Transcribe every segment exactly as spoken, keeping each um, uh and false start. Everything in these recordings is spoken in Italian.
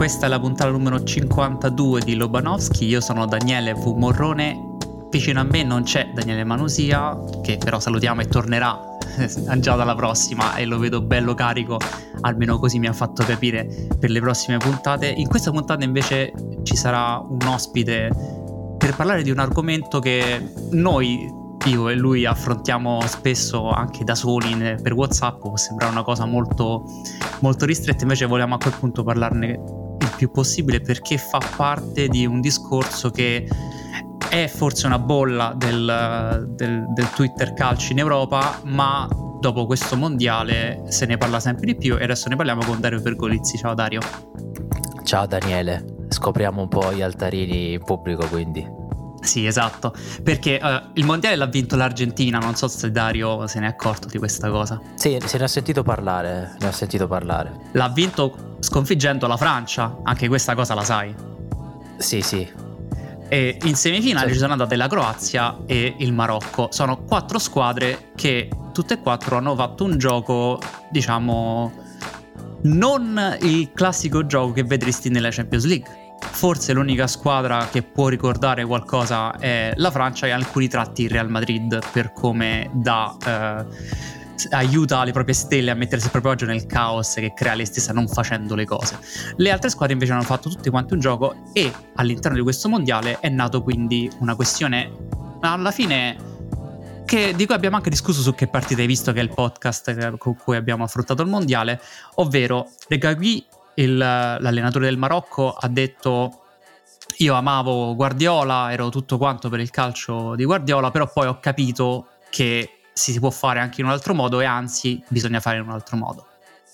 questa è la puntata numero cinquantadue di Lobanovsky. Io sono Daniele V. Morrone. Vicino a me non c'è Daniele Manusia, che però salutiamo e tornerà già dalla prossima, e lo vedo bello carico, almeno così mi ha fatto capire, per le prossime puntate. In questa puntata invece ci sarà un ospite per parlare di un argomento che noi, io e lui, affrontiamo spesso anche da soli per WhatsApp. Può sembrare una cosa molto, molto ristretta, invece vogliamo a quel punto parlarne il più possibile, perché fa parte di un discorso che è forse una bolla del, del, del Twitter calcio in Europa, ma dopo questo mondiale se ne parla sempre di più, e adesso ne parliamo con Dario Pergolizzi. Ciao Dario. Ciao Daniele, scopriamo un po' gli altarini in pubblico, quindi. Sì, esatto, perché uh, il mondiale l'ha vinto l'Argentina, non so se Dario se ne è accorto di questa cosa. Sì, se ne ha sentito parlare, ne ha sentito parlare. L'ha vinto sconfiggendo la Francia, anche questa cosa la sai? Sì, sì. E in semifinale sì. ci sono andate la Croazia e il Marocco. Sono quattro squadre che tutte e quattro hanno fatto un gioco, diciamo, non il classico gioco che vedresti nella Champions League. Forse l'unica squadra che può ricordare qualcosa è la Francia, e alcuni tratti il Real Madrid, per come dà eh, aiuta le proprie stelle a mettersi proprio oggi nel caos che crea lei stessa non facendo le cose. Le altre squadre invece hanno fatto tutti quanti un gioco, e all'interno di questo mondiale è nato quindi una questione alla fine che, di cui abbiamo anche discusso su Che partita hai visto, che è il podcast con cui abbiamo affrontato il mondiale, ovvero Regragui, il, l'allenatore del Marocco, ha detto: io amavo Guardiola, ero tutto quanto per il calcio di Guardiola, però poi ho capito che si può fare anche in un altro modo, e anzi bisogna fare in un altro modo.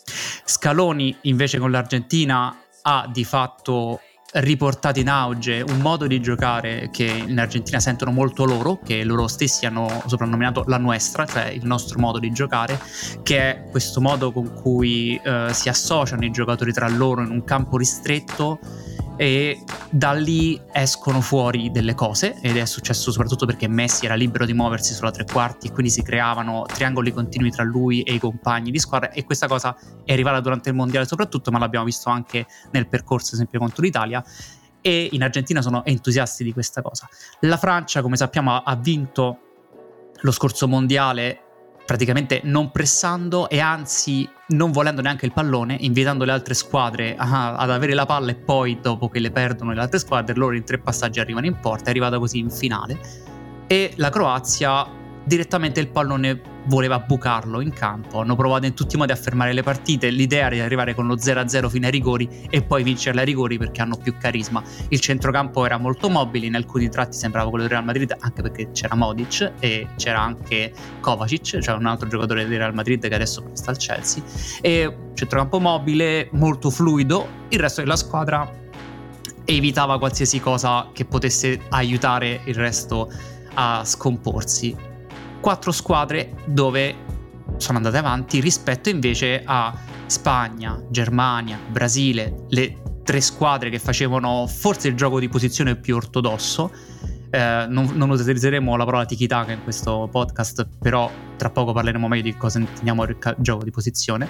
Scaloni invece con l'Argentina ha di fatto riportato in auge un modo di giocare che in Argentina sentono molto loro, che loro stessi hanno soprannominato la nuestra, cioè il nostro modo di giocare, che è questo modo con cui eh, si associano i giocatori tra loro in un campo ristretto, e da lì escono fuori delle cose, ed è successo soprattutto perché Messi era libero di muoversi sulla tre quarti, e quindi si creavano triangoli continui tra lui e i compagni di squadra, e questa cosa è arrivata durante il mondiale soprattutto, ma l'abbiamo visto anche nel percorso, ad esempio contro l'Italia, e in Argentina sono entusiasti di questa cosa. La Francia, come sappiamo, ha vinto lo scorso mondiale praticamente non pressando, e anzi non volendo neanche il pallone, invitando le altre squadre a, ad avere la palla, e poi dopo che le perdono le altre squadre, loro in tre passaggi arrivano in porta. È arrivata così in finale, e la Croazia direttamente il pallone voleva bucarlo in campo. Hanno provato in tutti i modi a fermare le partite, l'idea era di arrivare con lo zero a zero fino ai rigori e poi vincerle ai rigori, perché hanno più carisma. Il centrocampo era molto mobile, in alcuni tratti sembrava quello del Real Madrid, anche perché c'era Modric e c'era anche Kovacic, cioè un altro giocatore del Real Madrid che adesso sta al Chelsea, e centrocampo mobile, molto fluido. Il resto della squadra evitava qualsiasi cosa che potesse aiutare il resto a scomporsi. Quattro squadre dove sono andate avanti rispetto invece a Spagna, Germania, Brasile, le tre squadre che facevano forse il gioco di posizione più ortodosso. Eh, non, non utilizzeremo la parola tiki-taka in questo podcast, però tra poco parleremo meglio di cosa intendiamo il ca- gioco di posizione.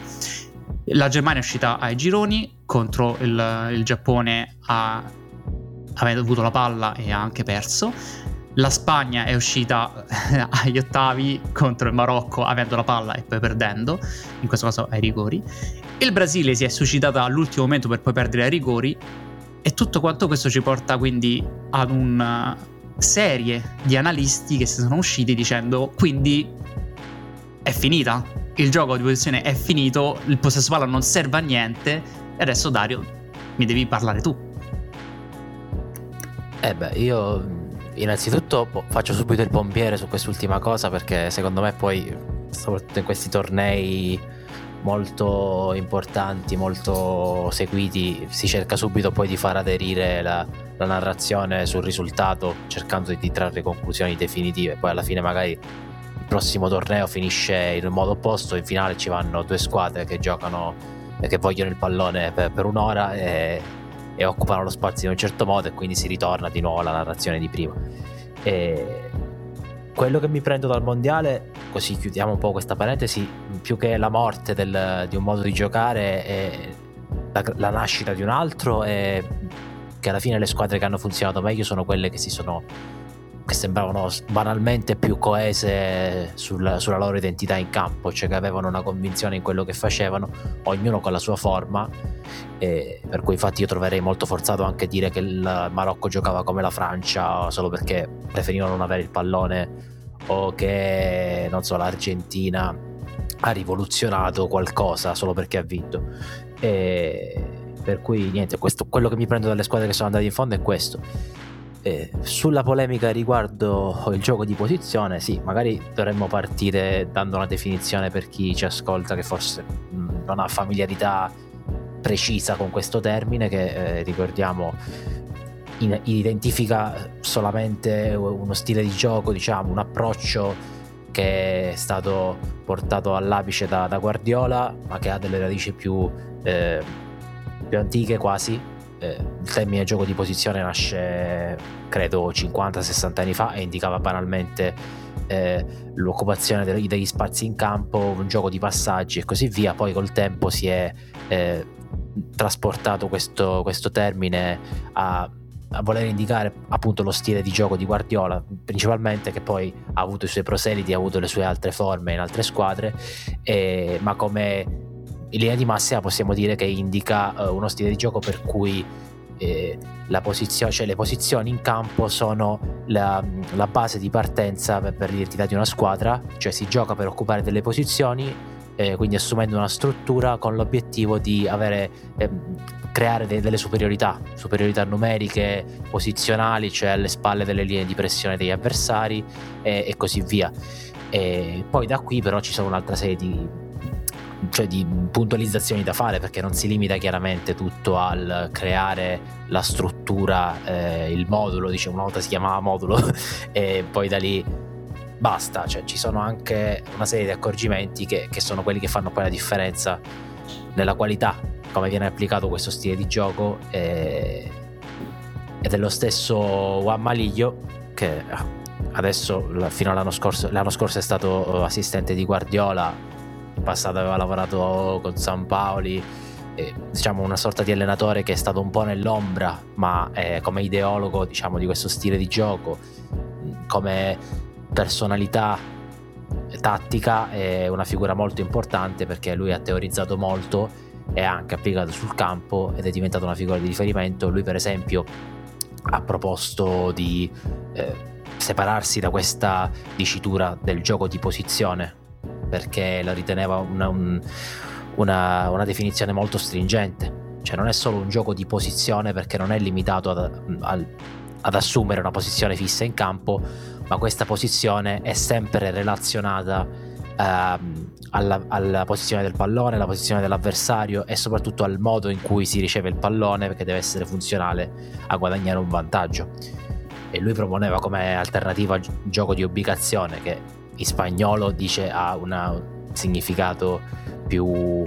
La Germania è uscita ai gironi contro il, il Giappone, ha, avendo avuto la palla e ha anche perso. La Spagna è uscita agli ottavi contro il Marocco, avendo la palla e poi perdendo, in questo caso ai rigori. Il Brasile si è suscitata all'ultimo momento per poi perdere ai rigori, e tutto quanto questo ci porta quindi ad una serie di analisti che si sono usciti dicendo: quindi è finita, il gioco di posizione è finito, il possesso palla non serve a niente, e adesso Dario mi devi parlare tu. Eh beh, io innanzitutto faccio subito il pompiere su quest'ultima cosa, perché secondo me poi, soprattutto in questi tornei molto importanti, molto seguiti, si cerca subito poi di far aderire la, la narrazione sul risultato, cercando di trarre conclusioni definitive. Poi alla fine magari il prossimo torneo finisce in modo opposto, in finale ci vanno due squadre che giocano e che vogliono il pallone per, per un'ora e e occupano lo spazio in un certo modo, e quindi si ritorna di nuovo alla narrazione di prima. E quello che mi prendo dal mondiale, così chiudiamo un po' questa parentesi, più che la morte del, di un modo di giocare, è la, la nascita di un altro, e che alla fine le squadre che hanno funzionato meglio sono quelle che si sono che sembravano banalmente più coese sul, sulla loro identità in campo, cioè che avevano una convinzione in quello che facevano, ognuno con la sua forma, e per cui infatti io troverei molto forzato anche dire che il Marocco giocava come la Francia solo perché preferivano non avere il pallone, o che non so l'Argentina ha rivoluzionato qualcosa solo perché ha vinto. E per cui niente, questo, quello che mi prendo dalle squadre che sono andate in fondo è questo. Eh, sulla polemica riguardo il gioco di posizione, sì, magari dovremmo partire dando una definizione per chi ci ascolta che forse mh, non ha familiarità precisa con questo termine, che eh, ricordiamo in, identifica solamente uno stile di gioco, diciamo un approccio che è stato portato all'apice da, da Guardiola, ma che ha delle radici più, eh, più antiche quasi. Eh, il termine gioco di posizione nasce credo cinquanta sessanta anni fa e indicava banalmente eh, l'occupazione degli, degli spazi in campo, un gioco di passaggi e così via. Poi col tempo si è eh, trasportato questo, questo termine a, a voler indicare appunto lo stile di gioco di Guardiola principalmente, che poi ha avuto i suoi proseliti, ha avuto le sue altre forme in altre squadre, eh, ma come in linea di massima possiamo dire che indica uh, uno stile di gioco per cui eh, la posizione, cioè le posizioni in campo sono la, la base di partenza per, per l'identità di una squadra, cioè si gioca per occupare delle posizioni, eh, quindi assumendo una struttura con l'obiettivo di avere eh, creare de- delle superiorità superiorità numeriche, posizionali, cioè alle spalle delle linee di pressione degli avversari, eh, e così via. E poi da qui però ci sono un'altra serie di cioè di puntualizzazioni da fare, perché non si limita chiaramente tutto al creare la struttura, eh, il modulo, diciamo una volta si chiamava modulo e poi da lì basta, cioè ci sono anche una serie di accorgimenti che, che sono quelli che fanno poi la differenza nella qualità come viene applicato questo stile di gioco, eh, ed è lo stesso Juan Malillo che adesso fino all'anno scorso l'anno scorso è stato assistente di Guardiola, in passato aveva lavorato con Sampaoli, eh, diciamo una sorta di allenatore che è stato un po' nell'ombra, ma eh, come ideologo diciamo di questo stile di gioco, come personalità tattica è una figura molto importante, perché lui ha teorizzato molto e ha anche applicato sul campo ed è diventata una figura di riferimento. Lui per esempio ha proposto di eh, separarsi da questa dicitura del gioco di posizione, perché la riteneva una, un, una, una definizione molto stringente, cioè non è solo un gioco di posizione perché non è limitato ad, ad, ad assumere una posizione fissa in campo, ma questa posizione è sempre relazionata uh, alla, alla posizione del pallone, alla posizione dell'avversario e soprattutto al modo in cui si riceve il pallone, perché deve essere funzionale a guadagnare un vantaggio. E lui proponeva come alternativa il gioco di ubicazione, che in spagnolo dice ha un significato più,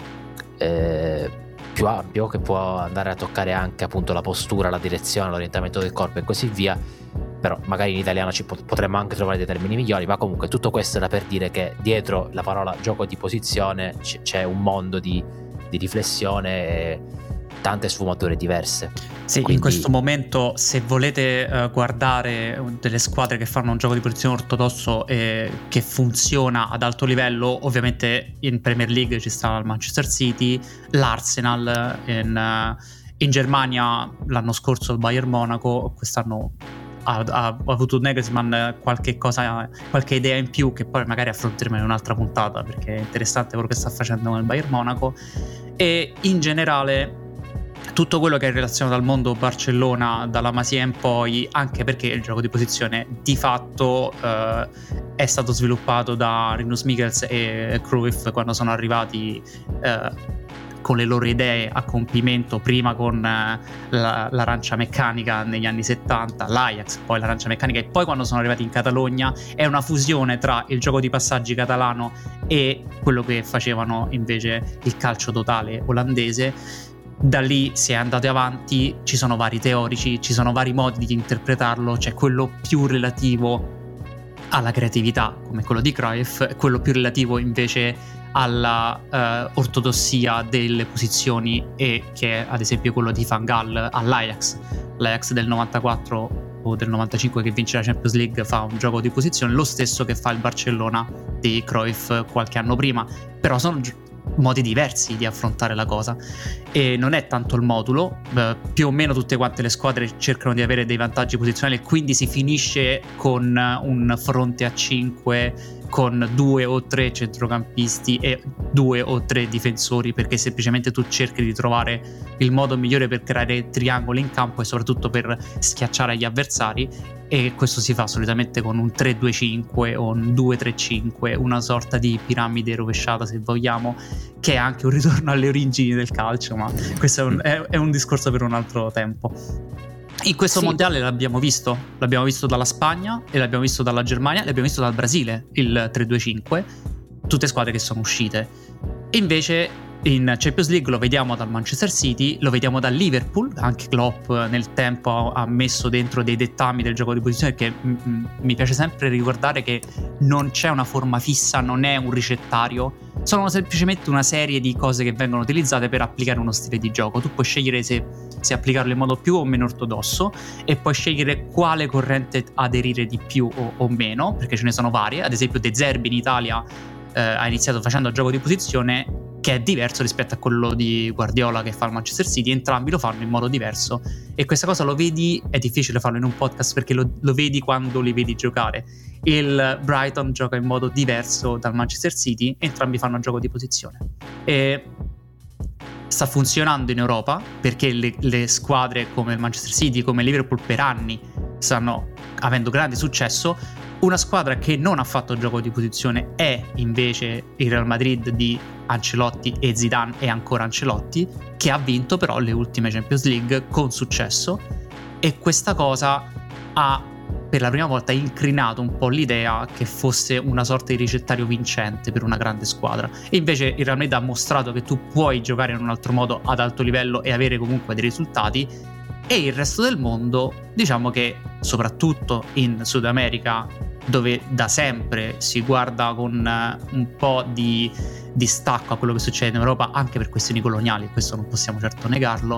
eh, più ampio, che può andare a toccare anche appunto la postura, la direzione, l'orientamento del corpo e così via. Però magari in italiano ci pot- potremmo anche trovare dei termini migliori, ma comunque tutto questo era per dire che dietro la parola gioco di posizione c- c'è un mondo di, di riflessione e tante sfumature diverse. Sì, Quindi... in questo momento se volete uh, guardare delle squadre che fanno un gioco di posizione ortodosso e che funziona ad alto livello, ovviamente in Premier League ci sta il Manchester City, l'Arsenal, in, uh, in Germania l'anno scorso il Bayern Monaco, quest'anno ha, ha avuto Nagelsmann qualche cosa, qualche idea in più che poi magari affronteremo in un'altra puntata, perché è interessante quello che sta facendo con il Bayern Monaco. E in generale tutto quello che è relazionato al mondo Barcellona dalla Masia in poi, anche perché il gioco di posizione di fatto eh, è stato sviluppato da Rinus Michels e Cruyff quando sono arrivati eh, con le loro idee a compimento, prima con eh, la, l'arancia meccanica negli anni settanta, l'Ajax, poi l'arancia meccanica e poi quando sono arrivati in Catalogna. È una fusione tra il gioco di passaggi catalano e quello che facevano invece il calcio totale olandese. Da lì si è andati avanti, ci sono vari teorici, ci sono vari modi di interpretarlo, c'è quello più relativo alla creatività come quello di Cruyff, quello più relativo invece alla uh, ortodossia delle posizioni, e che è ad esempio quello di Van Gaal all'Ajax. L'Ajax del novantaquattro o del novantacinque che vince la Champions League fa un gioco di posizione lo stesso che fa il Barcellona di Cruyff qualche anno prima, però sono gi- modi diversi di affrontare la cosa, e non è tanto il modulo. eh, più o meno tutte quante le squadre cercano di avere dei vantaggi posizionali, e quindi si finisce con un fronte a cinque con due o tre centrocampisti e due o tre difensori, perché semplicemente tu cerchi di trovare il modo migliore per creare triangoli in campo e soprattutto per schiacciare gli avversari, e questo si fa solitamente con un tre due cinque o un due tre cinque, una sorta di piramide rovesciata se vogliamo, che è anche un ritorno alle origini del calcio, ma questo è un, è, è un discorso per un altro tempo. In questo sì. mondiale l'abbiamo visto, l'abbiamo visto dalla Spagna e l'abbiamo visto dalla Germania, l'abbiamo visto dal Brasile, il tre due cinque, tutte squadre che sono uscite. E invece in Champions League lo vediamo dal Manchester City, lo vediamo dal Liverpool, anche Klopp nel tempo ha messo dentro dei dettami del gioco di posizione, che m- m- mi piace sempre ricordare che non c'è una forma fissa, non è un ricettario, sono semplicemente una serie di cose che vengono utilizzate per applicare uno stile di gioco. Tu puoi scegliere se, se applicarlo in modo più o meno ortodosso, e puoi scegliere quale corrente aderire di più o, o meno, perché ce ne sono varie. Ad esempio De Zerbi in Italia eh, ha iniziato facendo il gioco di posizione, che è diverso rispetto a quello di Guardiola che fa il Manchester City. Entrambi lo fanno in modo diverso, e questa cosa lo vedi, è difficile farlo in un podcast perché lo, lo vedi quando li vedi giocare. Il Brighton gioca in modo diverso dal Manchester City, entrambi fanno gioco di posizione, e sta funzionando in Europa perché le, le squadre come il Manchester City, come il Liverpool per anni stanno avendo grande successo. Una squadra che non ha fatto gioco di posizione è invece il Real Madrid di Ancelotti e Zidane, e ancora Ancelotti, che ha vinto però le ultime Champions League con successo, e questa cosa ha per la prima volta incrinato un po' l'idea che fosse una sorta di ricettario vincente per una grande squadra. E invece il Real Madrid ha mostrato che tu puoi giocare in un altro modo ad alto livello e avere comunque dei risultati, e il resto del mondo, diciamo che soprattutto in Sud America, dove da sempre si guarda con un po' di distacco a quello che succede in Europa, anche per questioni coloniali, questo non possiamo certo negarlo,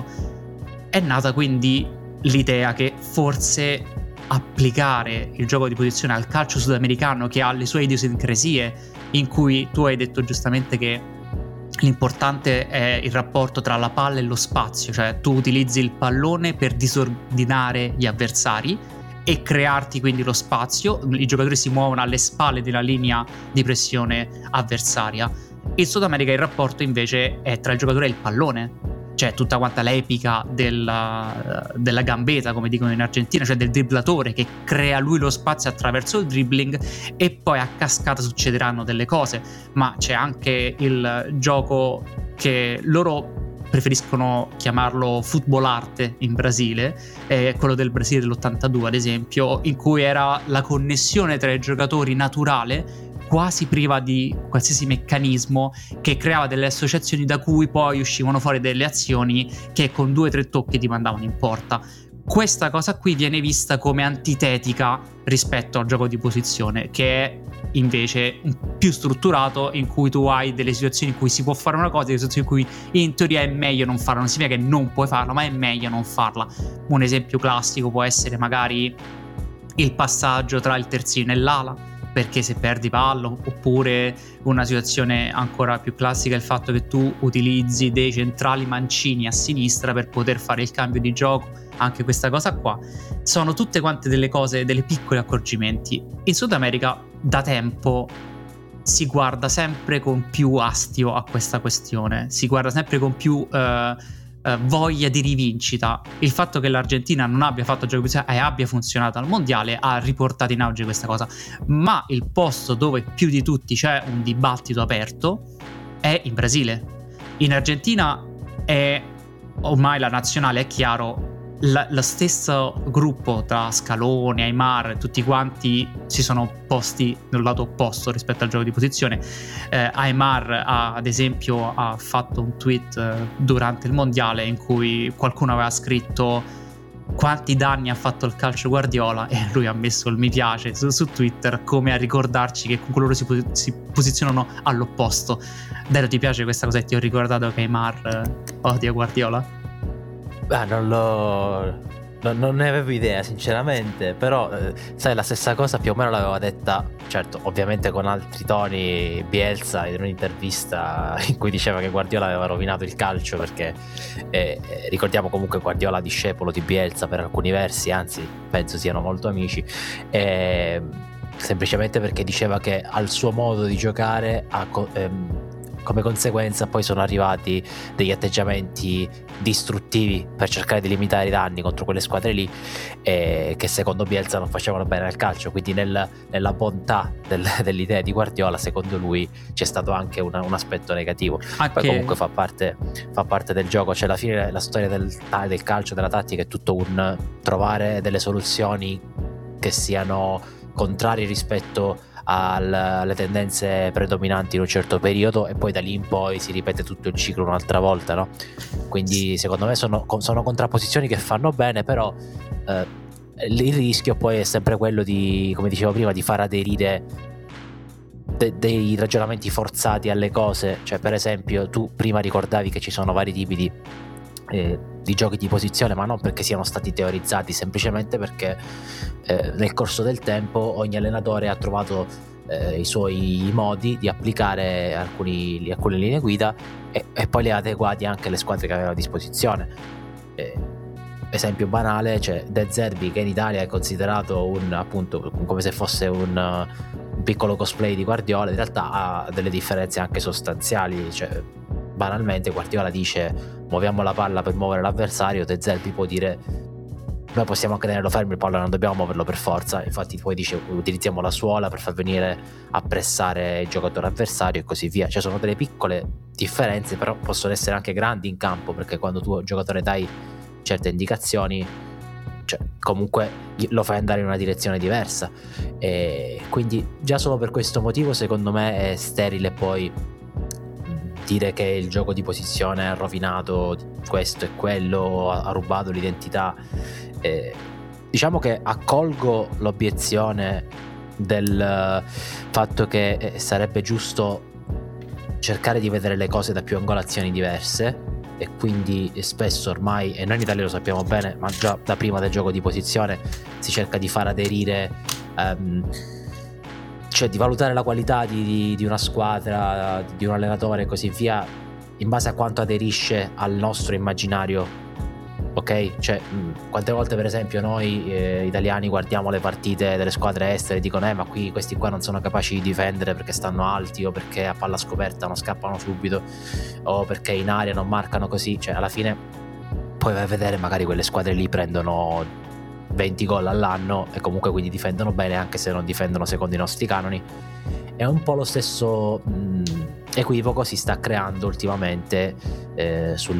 è nata quindi l'idea che forse applicare il gioco di posizione al calcio sudamericano, che ha le sue idiosincrasie, in cui tu hai detto giustamente che l'importante è il rapporto tra la palla e lo spazio, cioè tu utilizzi il pallone per disordinare gli avversari e crearti quindi lo spazio. I giocatori si muovono alle spalle della linea di pressione avversaria. In Sud America il rapporto invece è tra il giocatore e il pallone, cioè tutta quanta l'epica della, della gambeta, come dicono in Argentina, cioè del dribblatore che crea lui lo spazio attraverso il dribbling, e poi a cascata succederanno delle cose. Ma c'è anche il gioco che loro preferiscono chiamarlo football arte in Brasile, è quello del Brasile dell'ottantadue ad esempio, in cui era la connessione tra i giocatori naturale, quasi priva di qualsiasi meccanismo, che creava delle associazioni da cui poi uscivano fuori delle azioni che con due o tre tocchi ti mandavano in porta. Questa cosa qui viene vista come antitetica rispetto al gioco di posizione, che è invece più strutturato, in cui tu hai delle situazioni in cui si può fare una cosa e delle situazioni in cui in teoria è meglio non farla. Non significa che non puoi farla, ma è meglio non farla. Un esempio classico può essere magari il passaggio tra il terzino e l'ala, perché se perdi palla, oppure una situazione ancora più classica è il fatto che tu utilizzi dei centrali mancini a sinistra per poter fare il cambio di gioco. Anche questa cosa qua sono tutte quante delle cose, delle piccoli accorgimenti. In Sud America da tempo si guarda sempre con più astio a questa questione, si guarda sempre con più eh, eh, voglia di rivincita. Il fatto che l'Argentina non abbia fatto gioco e abbia funzionato al mondiale ha riportato in auge questa cosa, ma il posto dove più di tutti c'è un dibattito aperto è in Brasile. In Argentina è ormai la nazionale, è chiaro, La, lo stesso gruppo tra Scaloni, Aimar, tutti quanti si sono posti nel lato opposto rispetto al gioco di posizione. eh, Aimar ha, ad esempio ha fatto un tweet eh, durante il mondiale in cui qualcuno aveva scritto quanti danni ha fatto il calcio Guardiola, e lui ha messo il mi piace su, su Twitter come a ricordarci che coloro si, si posizionano all'opposto. Dario, ti piace questa cosa? E ti ho ricordato che Aymar eh, odia Guardiola? Ah, non lo... Non, non ne avevo idea sinceramente, però eh, sai, la stessa cosa più o meno l'aveva detta, certo ovviamente con altri toni, Bielsa in un'intervista in cui diceva che Guardiola aveva rovinato il calcio, perché eh, eh, ricordiamo comunque Guardiola discepolo di Bielsa per alcuni versi, anzi penso siano molto amici, eh, semplicemente perché diceva che al suo modo di giocare ha, ehm, come conseguenza poi sono arrivati degli atteggiamenti distruttivi per cercare di limitare i danni contro quelle squadre lì, eh, che secondo Bielsa non facevano bene al calcio. Quindi nel, nella bontà del, dell'idea di Guardiola, secondo lui c'è stato anche una, un aspetto negativo. Anche... Poi comunque fa parte, fa parte del gioco, cioè alla fine la storia del, del calcio, della tattica è tutto un trovare delle soluzioni che siano contrarie rispetto alle tendenze predominanti in un certo periodo, e poi da lì in poi si ripete tutto il ciclo un'altra volta, no? Quindi secondo me sono, sono contrapposizioni che fanno bene, però eh, il rischio poi è sempre quello di, come dicevo prima, di far aderire de- dei ragionamenti forzati alle cose. Cioè, per esempio, tu prima ricordavi che ci sono vari tipi di Eh, di giochi di posizione, ma non perché siano stati teorizzati, semplicemente perché eh, nel corso del tempo ogni allenatore ha trovato eh, i suoi modi di applicare alcuni, alcune linee guida, e, e poi le ha adeguati anche alle squadre che aveva a disposizione. Eh, esempio banale, cioè De Zerbi, che in Italia è considerato un, appunto, come se fosse un, un piccolo cosplay di Guardiola, in realtà ha delle differenze anche sostanziali. Cioè, banalmente Guardiola dice muoviamo la palla per muovere l'avversario, De Zerbi può dire noi possiamo anche tenerlo fermo il pallone, non dobbiamo muoverlo per forza. Infatti poi dice utilizziamo la suola per far venire a pressare il giocatore avversario e così via. Cioè sono delle piccole differenze, però possono essere anche grandi in campo, perché quando tu giocatore dai certe indicazioni, cioè comunque lo fai andare in una direzione diversa, e quindi già solo per questo motivo secondo me è sterile poi dire che il gioco di posizione ha rovinato questo e quello, ha rubato l'identità. Eh, diciamo che accolgo l'obiezione del fatto che sarebbe giusto cercare di vedere le cose da più angolazioni diverse, e quindi spesso ormai, e noi in Italia lo sappiamo bene, ma già da prima del gioco di posizione si cerca di far aderire um, cioè di valutare la qualità di, di, di una squadra, di un allenatore e così via, in base a quanto aderisce al nostro immaginario, ok? Cioè mh, quante volte per esempio noi eh, italiani guardiamo le partite delle squadre estere e dicono eh ma qui questi qua non sono capaci di difendere perché stanno alti, o perché a palla scoperta non scappano subito, o perché in aria non marcano così. Cioè alla fine poi vai a vedere, magari quelle squadre lì prendono venti gol all'anno e comunque quindi difendono bene, anche se non difendono secondo i nostri canoni. È un po' lo stesso mh, equivoco si sta creando ultimamente eh, sul,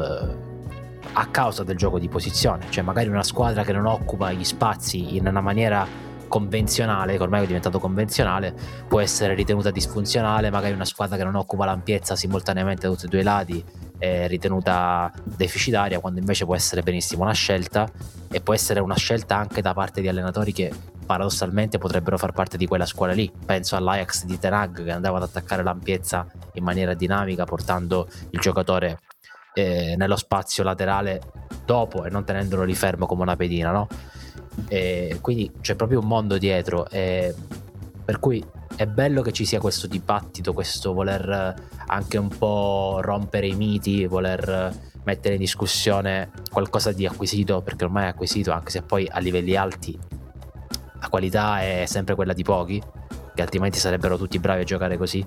a causa del gioco di posizione. Cioè magari una squadra che non occupa gli spazi in una maniera convenzionale, che ormai è diventato convenzionale, può essere ritenuta disfunzionale. Magari una squadra che non occupa l'ampiezza simultaneamente da tutti e due i lati è ritenuta deficitaria, quando invece può essere benissimo una scelta, e può essere una scelta anche da parte di allenatori che paradossalmente potrebbero far parte di quella scuola lì. Penso all'Ajax di Ten Hag, che andava ad attaccare l'ampiezza in maniera dinamica, portando il giocatore eh, nello spazio laterale dopo e non tenendolo lì fermo come una pedina, no? E quindi c'è proprio un mondo dietro, e per cui è bello che ci sia questo dibattito, questo voler anche un po' rompere i miti, voler mettere in discussione qualcosa di acquisito, perché ormai è acquisito, anche se poi a livelli alti la qualità è sempre quella di pochi, che altrimenti sarebbero tutti bravi a giocare così.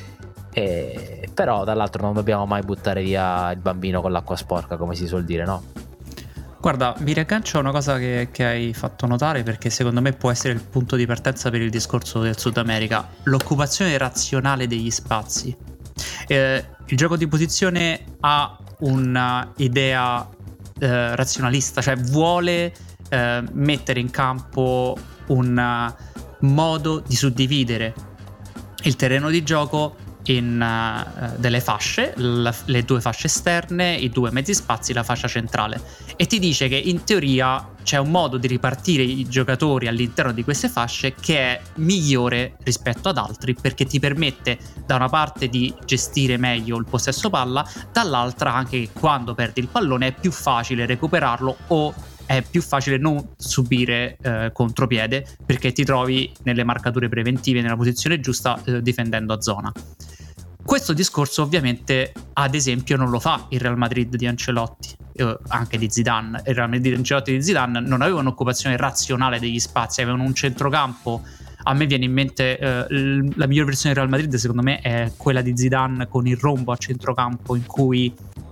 E però dall'altro non dobbiamo mai buttare via il bambino con l'acqua sporca, come si suol dire, no? Guarda, mi riaggancio a una cosa che, che hai fatto notare, perché secondo me può essere il punto di partenza per il discorso del Sud America: l'occupazione razionale degli spazi. Eh, il gioco di posizione ha una idea eh, razionalista, cioè vuole eh, mettere in campo un modo di suddividere il terreno di gioco in uh, delle fasce, la, le due fasce esterne, i due mezzi spazi, la fascia centrale, e ti dice che in teoria c'è un modo di ripartire i giocatori all'interno di queste fasce che è migliore rispetto ad altri, perché ti permette da una parte di gestire meglio il possesso palla, dall'altra anche che quando perdi il pallone è più facile recuperarlo o è più facile non subire eh, contropiede, perché ti trovi nelle marcature preventive nella posizione giusta eh, difendendo a zona. Questo discorso ovviamente ad esempio non lo fa il Real Madrid di Ancelotti, eh, anche di Zidane. Il Real Madrid di Ancelotti e di Zidane non avevano un'occupazione razionale degli spazi, avevano un centrocampo. A me viene in mente eh, la miglior versione del Real Madrid secondo me è quella di Zidane con il rombo a centrocampo, in cui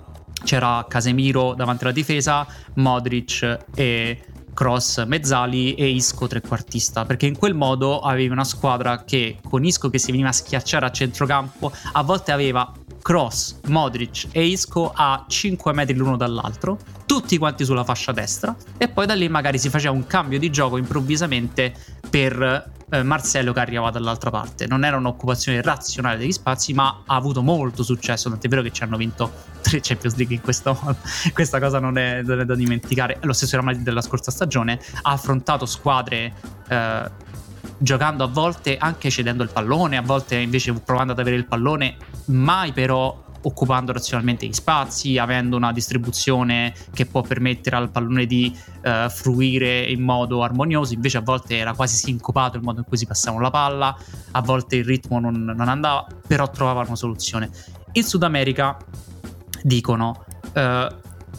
c'era Casemiro davanti alla difesa, Modric e Kroos mezzali e Isco trequartista, perché in quel modo avevi una squadra che con Isco che si veniva a schiacciare a centrocampo a volte aveva Kroos, Modric e Isco a cinque metri l'uno dall'altro, tutti quanti sulla fascia destra, e poi da lì magari si faceva un cambio di gioco improvvisamente per eh, Marcelo che arrivava dall'altra parte. Non era un'occupazione razionale degli spazi, ma ha avuto molto successo, tant'è vero che ci hanno vinto tre Champions League in questo modo. Questa cosa non è, non è da dimenticare. Lo stesso Real Madrid della scorsa stagione ha affrontato squadre eh, giocando a volte anche cedendo il pallone, a volte invece provando ad avere il pallone, mai però occupando razionalmente gli spazi, avendo una distribuzione che può permettere al pallone di uh, fruire in modo armonioso. Invece a volte era quasi sincopato il modo in cui si passavano la palla, a volte il ritmo non, non andava, però trovavano una soluzione. In Sud America dicono uh,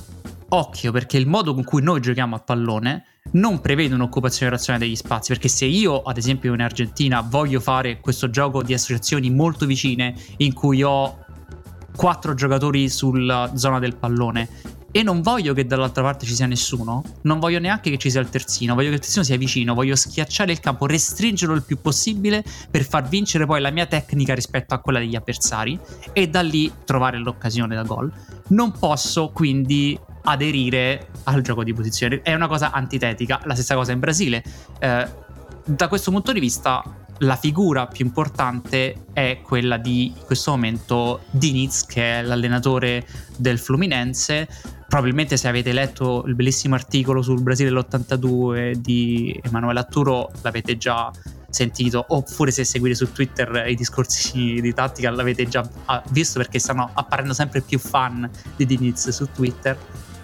occhio, perché il modo con cui noi giochiamo a pallone non prevede un'occupazione razionale degli spazi, perché se io ad esempio in Argentina voglio fare questo gioco di associazioni molto vicine in cui ho quattro giocatori sulla zona del pallone e non voglio che dall'altra parte ci sia nessuno, non voglio neanche che ci sia il terzino, voglio che il terzino sia vicino, voglio schiacciare il campo, restringerlo il più possibile per far vincere poi la mia tecnica rispetto a quella degli avversari e da lì trovare l'occasione da gol. Non posso quindi aderire al gioco di posizione, è una cosa antitetica. La stessa cosa in Brasile. Eh, da questo punto di vista la figura più importante è quella di, in questo momento, Diniz, che è l'allenatore del Fluminense. Probabilmente se avete letto il bellissimo articolo sul Brasile dell'ottantadue di Emanuele Atturo l'avete già sentito, oppure se seguite su Twitter i discorsi di tattica l'avete già visto, perché stanno apparendo sempre più fan di Diniz su Twitter.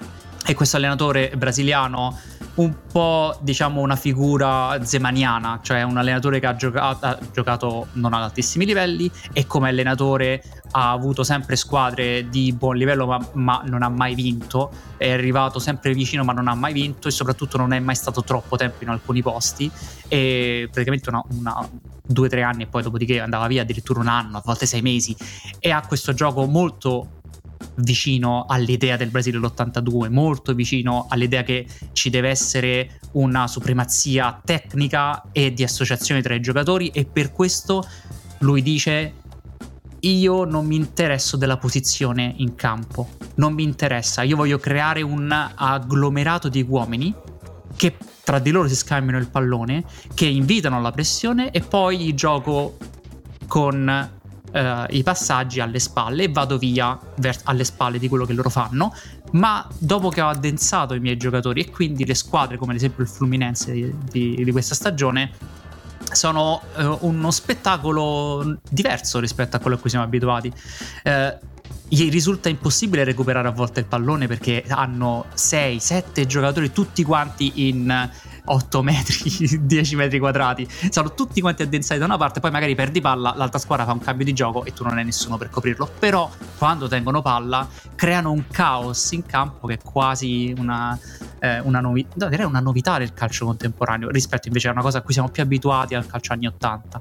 E questo allenatore brasiliano, un po' diciamo una figura zemaniana, cioè un allenatore che ha giocato, ha giocato non ad altissimi livelli e come allenatore ha avuto sempre squadre di buon livello ma, ma non ha mai vinto, è arrivato sempre vicino ma non ha mai vinto e soprattutto non è mai stato troppo tempo in alcuni posti, e praticamente una, una due o tre anni e poi dopodiché andava via addirittura un anno, a volte sei mesi, e ha questo gioco molto vicino all'idea del Brasile dell'ottantadue, molto vicino all'idea che ci deve essere una supremazia tecnica e di associazione tra i giocatori, e per questo lui dice: io non mi interesso della posizione in campo, non mi interessa, io voglio creare un agglomerato di uomini che tra di loro si scambiano il pallone, che invitano alla pressione e poi gioco con Uh, i passaggi alle spalle e vado via ver- alle spalle di quello che loro fanno, ma dopo che ho addensato i miei giocatori, e quindi le squadre come ad esempio il Fluminense di, di, di questa stagione sono uh, uno spettacolo diverso rispetto a quello a cui siamo abituati. Uh, gli risulta impossibile recuperare a volte il pallone perché hanno sei sette giocatori tutti quanti in otto metri, dieci metri quadrati, sono tutti quanti addensati da una parte, poi magari perdi palla, l'altra squadra fa un cambio di gioco e tu non hai nessuno per coprirlo, però quando tengono palla creano un caos in campo che è quasi una, eh, una novità, no, direi una novità del calcio contemporaneo rispetto invece a una cosa a cui siamo più abituati al calcio anni ottanta.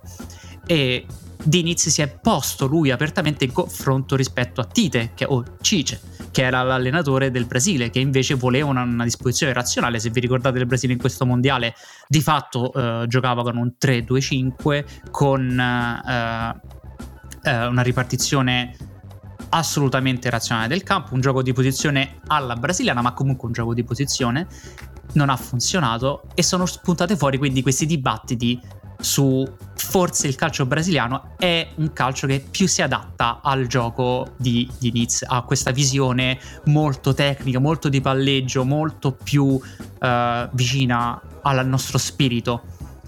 E Diniz si è posto lui apertamente in confronto rispetto a Tite che, o Cice, che era l'allenatore del Brasile, che invece voleva una, una disposizione razionale. Se vi ricordate, il Brasile in questo mondiale di fatto eh, giocava con un tre due cinque con eh, eh, una ripartizione assolutamente razionale del campo, un gioco di posizione alla brasiliana, ma comunque un gioco di posizione. Non ha funzionato e sono spuntate fuori quindi questi dibattiti su forse il calcio brasiliano è un calcio che più si adatta al gioco di Diniz, a questa visione molto tecnica, molto di palleggio, molto più uh, vicina al nostro spirito.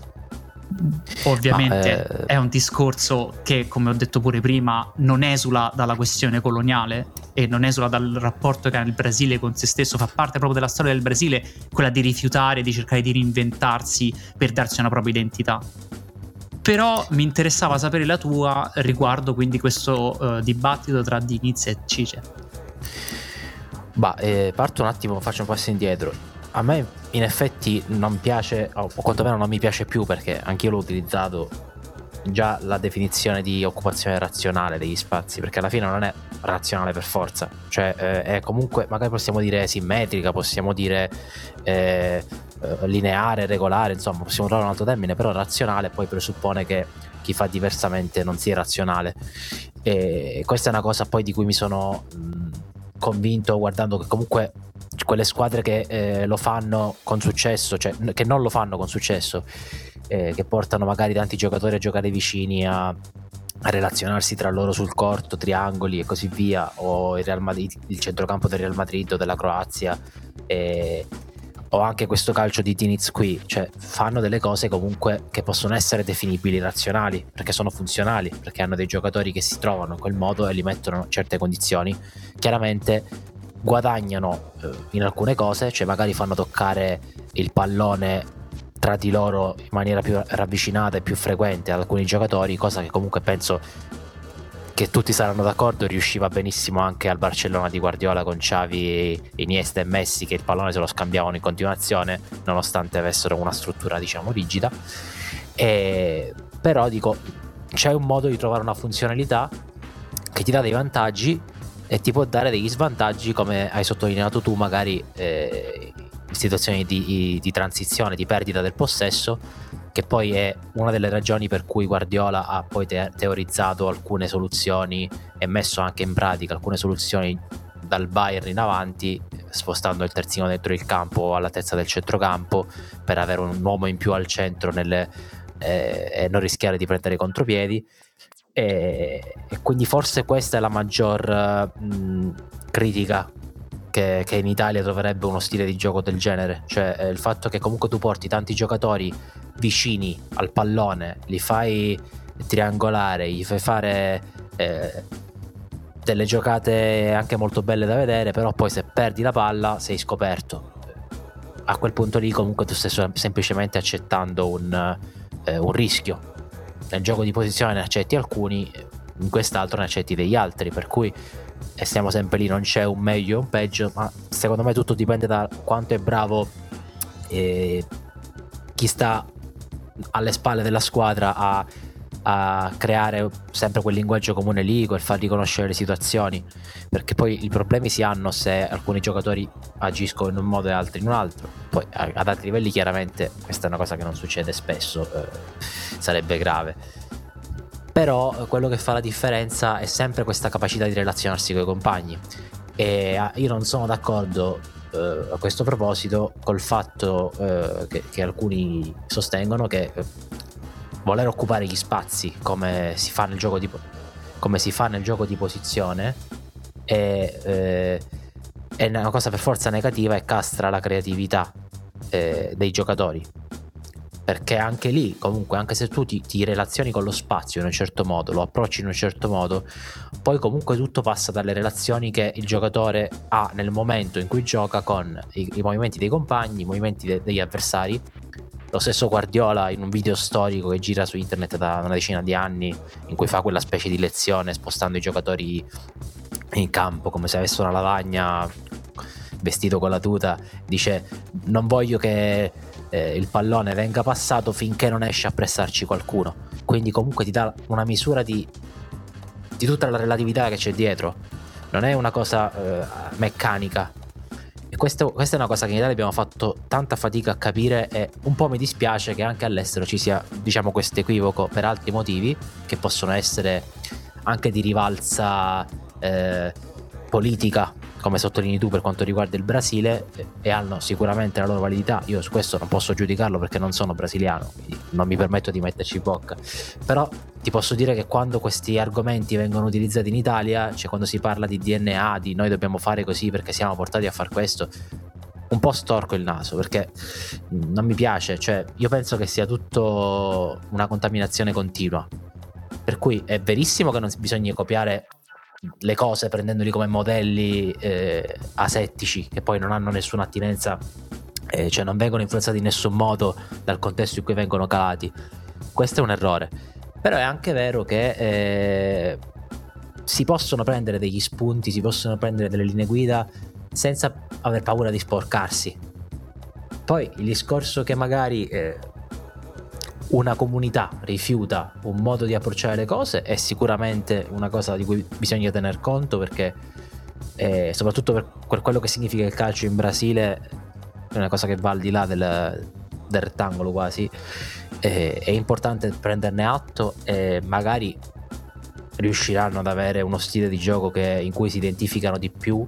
Ovviamente Ma, eh... è un discorso che, come ho detto pure prima, non esula dalla questione coloniale e non esula dal rapporto che ha il Brasile con se stesso, fa parte proprio della storia del Brasile, quella di rifiutare, di cercare di reinventarsi per darsi una propria identità. Però mi interessava sapere la tua riguardo quindi questo uh, dibattito tra Diniz e Cice. Bah, eh, parto un attimo, faccio un passo indietro. A me in effetti non piace, o quantomeno non mi piace più, perché anch'io l'ho utilizzato già la definizione di occupazione razionale degli spazi, perché alla fine non è razionale per forza, cioè eh, è comunque, magari possiamo dire simmetrica, possiamo dire eh, lineare, regolare, insomma possiamo trovare un altro termine, però razionale poi presuppone che chi fa diversamente non sia razionale, e questa è una cosa poi di cui mi sono mh, convinto guardando che comunque quelle squadre che eh, lo fanno con successo, cioè che non lo fanno con successo, eh, che portano magari tanti giocatori a giocare vicini, a, a relazionarsi tra loro sul corto, triangoli e così via, o il, Real Madrid, il centrocampo del Real Madrid o della Croazia, eh, o anche questo calcio di Diniz qui, cioè fanno delle cose comunque che possono essere definibili razionali, perché sono funzionali, perché hanno dei giocatori che si trovano in quel modo e li mettono in certe condizioni. Chiaramente guadagnano eh, in alcune cose, cioè magari fanno toccare il pallone tra di loro in maniera più ravvicinata e più frequente ad alcuni giocatori, cosa che comunque penso che tutti saranno d'accordo riusciva benissimo anche al Barcellona di Guardiola con Xavi, Iniesta e Messi, che il pallone se lo scambiavano in continuazione nonostante avessero una struttura diciamo rigida. E però dico, c'è un modo di trovare una funzionalità che ti dà dei vantaggi e ti può dare degli svantaggi, come hai sottolineato tu, magari eh, in situazioni di, di transizione, di perdita del possesso, che poi è una delle ragioni per cui Guardiola ha poi te- teorizzato alcune soluzioni e messo anche in pratica alcune soluzioni dal Bayern in avanti, spostando il terzino dentro il campo o all'altezza del centrocampo per avere un uomo in più al centro nelle, eh, e non rischiare di prendere i contropiedi. E, e quindi forse questa è la maggior mh, critica che, che in Italia troverebbe uno stile di gioco del genere, cioè eh, il fatto che comunque tu porti tanti giocatori vicini al pallone, li fai triangolare, gli fai fare eh, delle giocate anche molto belle da vedere, però poi se perdi la palla sei scoperto. A quel punto lì comunque tu stai semplicemente accettando un, eh, un rischio. Nel gioco di posizione ne accetti alcuni, in quest'altro ne accetti degli altri, per cui e stiamo sempre lì, non c'è un meglio o un peggio, ma secondo me tutto dipende da quanto è bravo eh, chi sta alle spalle della squadra a, a creare sempre quel linguaggio comune lì, quel far riconoscere le situazioni, perché poi i problemi si hanno se alcuni giocatori agiscono in un modo e altri in un altro. Poi ad altri livelli chiaramente questa è una cosa che non succede spesso, eh, sarebbe grave, però quello che fa la differenza è sempre questa capacità di relazionarsi con i compagni, e io non sono d'accordo eh, a questo proposito col fatto eh, che, che alcuni sostengono che eh, voler occupare gli spazi come si fa nel gioco di, come si fa nel gioco di posizione è, eh, è una cosa per forza negativa e castra la creatività eh, dei giocatori, perché anche lì comunque, anche se tu ti, ti relazioni con lo spazio in un certo modo, lo approcci in un certo modo, poi comunque tutto passa dalle relazioni che il giocatore ha nel momento in cui gioca con i, i movimenti dei compagni, i movimenti de, degli avversari. Lo stesso Guardiola in un video storico che gira su internet da una decina di anni, in cui fa quella specie di lezione spostando i giocatori in campo come se avesse una lavagna, vestito con la tuta, dice: non voglio che eh, il pallone venga passato finché non esce a pressarci qualcuno. Quindi comunque ti dà una misura di, di tutta la relatività che c'è dietro, non è una cosa eh, meccanica. E questo, questa è una cosa che in Italia abbiamo fatto tanta fatica a capire, e un po' mi dispiace che anche all'estero ci sia, diciamo, questo equivoco per altri motivi che possono essere anche di rivalsa eh, politica, come sottolinei tu per quanto riguarda il Brasile, e hanno sicuramente la loro validità. Io su questo non posso giudicarlo perché non sono brasiliano, quindi non mi permetto di metterci bocca, però ti posso dire che quando questi argomenti vengono utilizzati in Italia, cioè quando si parla di D N A, di noi dobbiamo fare così perché siamo portati a far questo, un po' storco il naso, perché non mi piace. Cioè io penso che sia tutto una contaminazione continua, per cui è verissimo che non bisogna copiare le cose prendendoli come modelli eh, asettici che poi non hanno nessuna attinenza, eh, cioè non vengono influenzati in nessun modo dal contesto in cui vengono calati. Questo è un errore, però è anche vero che eh, si possono prendere degli spunti, si possono prendere delle linee guida senza aver paura di sporcarsi. Poi il discorso che magari eh, una comunità rifiuta un modo di approcciare le cose è sicuramente una cosa di cui bisogna tener conto, perché eh, soprattutto per, per quello che significa il calcio in Brasile è una cosa che va al di là del, del rettangolo quasi, eh, è importante prenderne atto e magari riusciranno ad avere uno stile di gioco che, in cui si identificano di più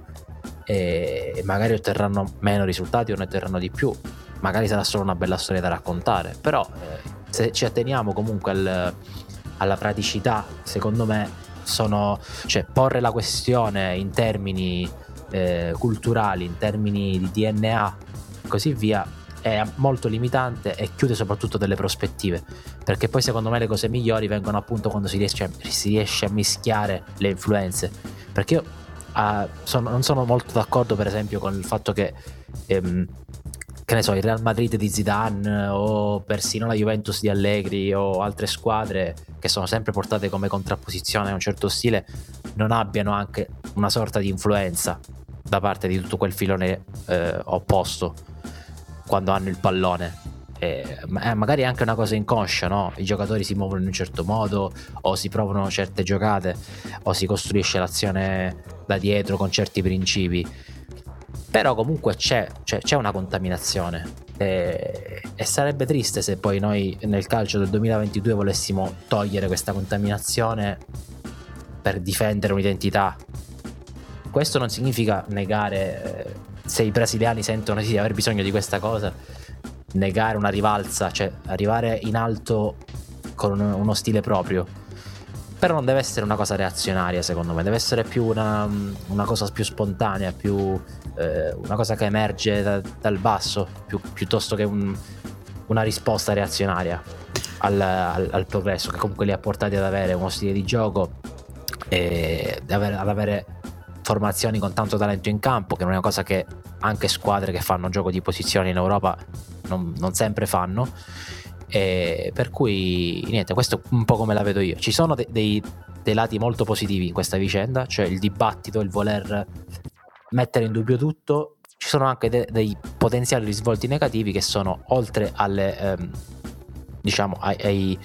e magari otterranno meno risultati o ne otterranno di più, magari sarà solo una bella storia da raccontare, però eh, se ci atteniamo comunque al, alla praticità, secondo me sono, cioè porre la questione in termini eh, culturali, in termini di D N A e così via è molto limitante e chiude soprattutto delle prospettive, perché poi secondo me le cose migliori vengono appunto quando si riesce a, si riesce a mischiare le influenze, perché io uh, sono, non sono molto d'accordo per esempio con il fatto che ehm, che ne so, il Real Madrid di Zidane o persino la Juventus di Allegri o altre squadre che sono sempre portate come contrapposizione a un certo stile non abbiano anche una sorta di influenza da parte di tutto quel filone eh, opposto quando hanno il pallone. Eh, magari è anche una cosa inconscia, no? I giocatori si muovono in un certo modo o si provano certe giocate o si costruisce l'azione da dietro con certi principi, però comunque c'è, c'è, c'è una contaminazione e, e sarebbe triste se poi noi nel calcio del duemilaventidue volessimo togliere questa contaminazione per difendere un'identità. Questo non significa negare, eh, se i brasiliani sentono sì di aver bisogno di questa cosa, negare una rivalsa, cioè arrivare in alto con uno stile proprio, però non deve essere una cosa reazionaria, secondo me deve essere più una, una cosa più spontanea, più eh, una cosa che emerge da, dal basso, più, piuttosto che un, una risposta reazionaria al, al, al progresso che comunque li ha portati ad avere uno stile di gioco e ad avere, ad avere formazioni con tanto talento in campo, che non è una cosa che anche squadre che fanno gioco di posizione in Europa non, non sempre fanno. E per cui niente, questo è un po' come la vedo io. Ci sono de- dei, dei lati molto positivi in questa vicenda, cioè il dibattito, il voler mettere in dubbio tutto. Ci sono anche de- dei potenziali risvolti negativi che sono oltre alle ehm, diciamo ai, ai,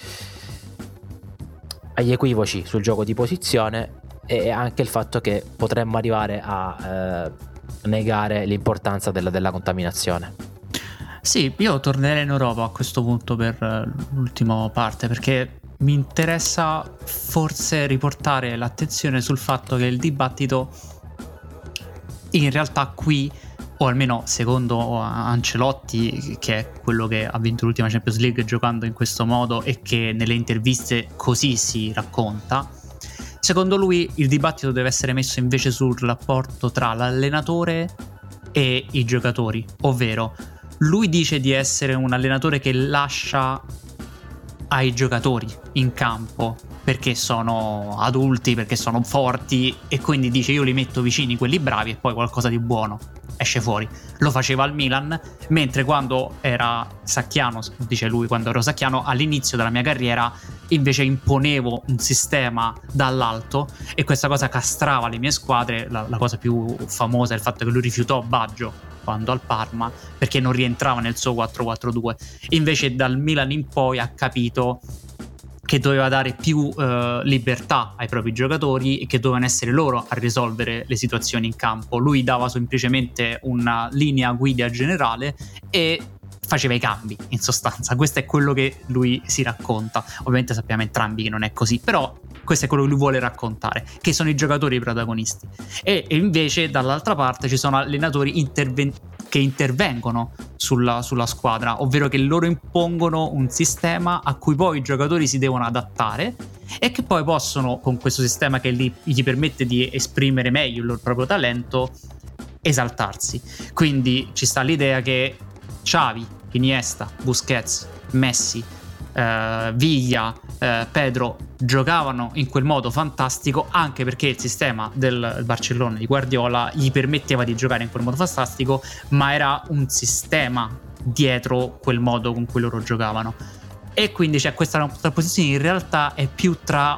agli equivoci sul gioco di posizione, e anche il fatto che potremmo arrivare a eh, negare l'importanza della, della contaminazione. Sì, io tornerei in Europa a questo punto per l'ultima parte, perché mi interessa forse riportare l'attenzione sul fatto che il dibattito in realtà qui, o almeno secondo Ancelotti, che è quello che ha vinto l'ultima Champions League giocando in questo modo e che nelle interviste così si racconta, secondo lui il dibattito deve essere messo invece sul rapporto tra l'allenatore e i giocatori, ovvero lui dice di essere un allenatore che lascia ai giocatori in campo perché sono adulti, perché sono forti, e quindi dice io li metto vicini quelli bravi e poi qualcosa di buono esce fuori. Lo faceva al Milan, mentre quando era Sacchiano, dice lui, quando ero Sacchiano all'inizio della mia carriera invece imponevo un sistema dall'alto e questa cosa castrava le mie squadre. La, la cosa più famosa è il fatto che lui rifiutò Baggio quando al Parma perché non rientrava nel suo quattro quattro due. Invece dal Milan in poi ha capito che doveva dare più eh, libertà ai propri giocatori e che dovevano essere loro a risolvere le situazioni in campo. Lui dava semplicemente una linea guida generale e faceva i cambi, in sostanza. Questo è quello che lui si racconta. Ovviamente sappiamo entrambi che non è così, però questo è quello che lui vuole raccontare, che sono i giocatori i protagonisti. E, e invece dall'altra parte ci sono allenatori interven- che intervengono sulla, sulla squadra, ovvero che loro impongono un sistema a cui poi i giocatori si devono adattare e che poi possono, con questo sistema che gli, gli permette di esprimere meglio il loro proprio talento, esaltarsi. Quindi ci sta l'idea che Xavi, Iniesta, Busquets, Messi, eh, Villa, eh, Pedro giocavano in quel modo fantastico anche perché il sistema del Barcellona di Guardiola gli permetteva di giocare in quel modo fantastico, ma era un sistema dietro quel modo con cui loro giocavano. E quindi c'è questa contrapposizione, in realtà è più tra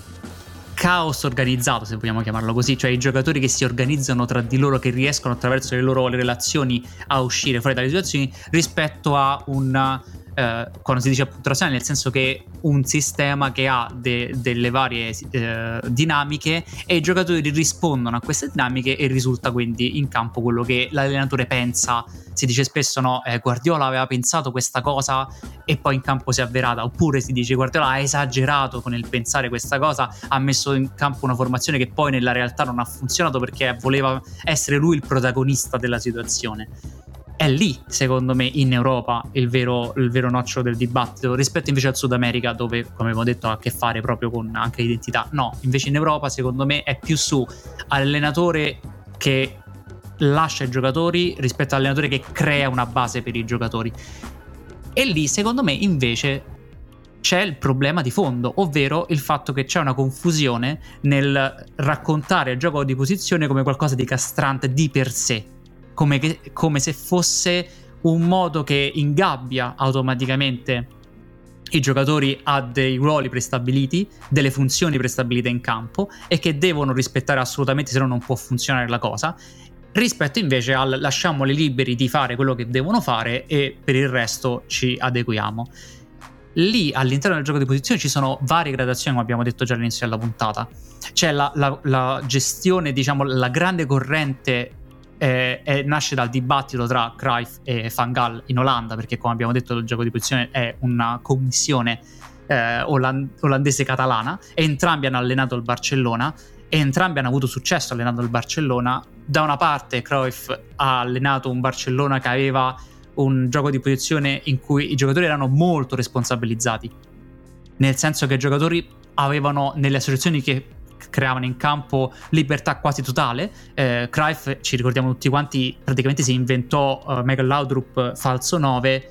caos organizzato, se vogliamo chiamarlo così, cioè i giocatori che si organizzano tra di loro, che riescono attraverso le loro relazioni a uscire fuori dalle situazioni, rispetto a un eh, quando si dice appunto razionale, nel senso che un sistema che ha de- delle varie eh, dinamiche e i giocatori rispondono a queste dinamiche e risulta quindi in campo quello che l'allenatore pensa. Si dice spesso no, eh, Guardiola aveva pensato questa cosa e poi in campo si è avverata, oppure si dice Guardiola ha esagerato con il pensare questa cosa, ha messo in campo una formazione che poi nella realtà non ha funzionato perché voleva essere lui il protagonista della situazione. È lì, secondo me, in Europa il vero, il vero nocciolo del dibattito, rispetto invece al Sud America, dove, come abbiamo detto, ha a che fare proprio con anche l'identità. No, invece in Europa, secondo me, è più su allenatore che lascia i giocatori rispetto all'allenatore che crea una base per i giocatori. E lì, secondo me, invece c'è il problema di fondo, ovvero il fatto che c'è una confusione nel raccontare il gioco di posizione come qualcosa di castrante di per sé, come, che, come se fosse un modo che ingabbia automaticamente i giocatori a dei ruoli prestabiliti, delle funzioni prestabilite in campo e che devono rispettare assolutamente, se no non può funzionare la cosa, rispetto invece al lasciamoli liberi di fare quello che devono fare e per il resto ci adeguiamo. Lì all'interno del gioco di posizione ci sono varie gradazioni, come abbiamo detto già all'inizio della puntata. C'è la, la, la gestione, diciamo, la grande corrente eh, eh, nasce dal dibattito tra Cruyff e Van Gaal in Olanda, perché come abbiamo detto il gioco di posizione è una commissione eh, oland- olandese-catalana, e entrambi hanno allenato il Barcellona e entrambi hanno avuto successo allenando il Barcellona. Da una parte Cruyff ha allenato un Barcellona che aveva un gioco di posizione in cui i giocatori erano molto responsabilizzati, nel senso che i giocatori avevano nelle associazioni che creavano in campo libertà quasi totale. eh, Cruyff, ci ricordiamo tutti quanti, praticamente si inventò uh, Michael Laudrup falso nove